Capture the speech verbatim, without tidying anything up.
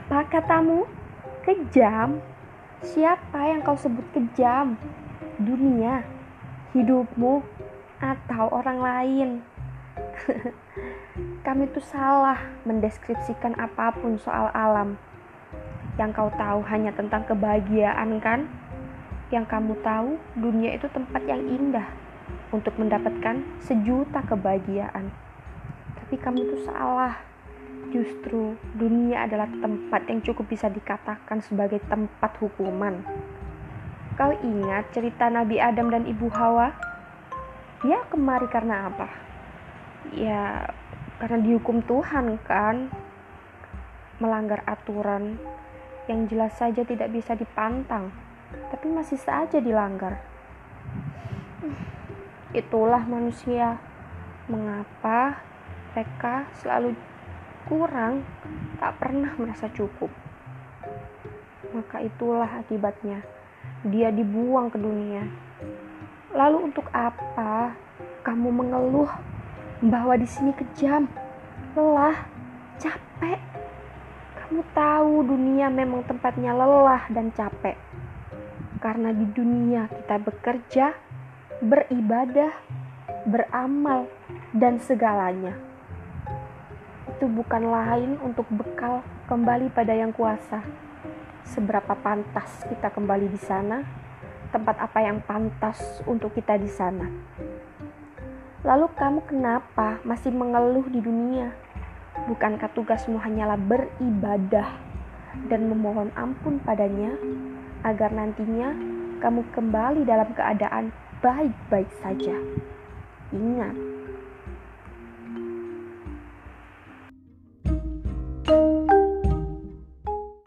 Apa katamu? Kejam? Siapa yang kau sebut kejam? Dunia, hidupmu, atau orang lain? Kami tuh salah mendeskripsikan apapun soal alam. Yang kau tahu hanya tentang kebahagiaan, kan? Yang kamu tahu dunia itu tempat yang indah untuk mendapatkan sejuta kebahagiaan. Tapi kamu tuh salah. Justru dunia adalah tempat yang cukup bisa dikatakan sebagai tempat hukuman. Kau ingat cerita Nabi Adam dan Ibu Hawa? Dia kemari karena apa? Ya, karena dihukum Tuhan, kan? Melanggar aturan yang jelas saja tidak bisa dipantang, tapi masih saja dilanggar. Itulah manusia. Mengapa mereka selalu kurang, tak pernah merasa cukup? Maka itulah akibatnya. Dia dibuang ke dunia. Lalu untuk apa kamu mengeluh bahwa di sini kejam, lelah, capek? Kamu tahu dunia memang tempatnya lelah dan capek. Karena di dunia kita bekerja, beribadah, beramal, dan segalanya. Itu bukan lain untuk bekal kembali pada yang kuasa. Seberapa pantas kita kembali di sana, tempat apa yang pantas untuk kita di sana. Lalu kamu kenapa masih mengeluh di dunia? Bukankah tugasmu hanyalah beribadah dan memohon ampun padanya, agar nantinya kamu kembali dalam keadaan baik-baik saja? Ingat,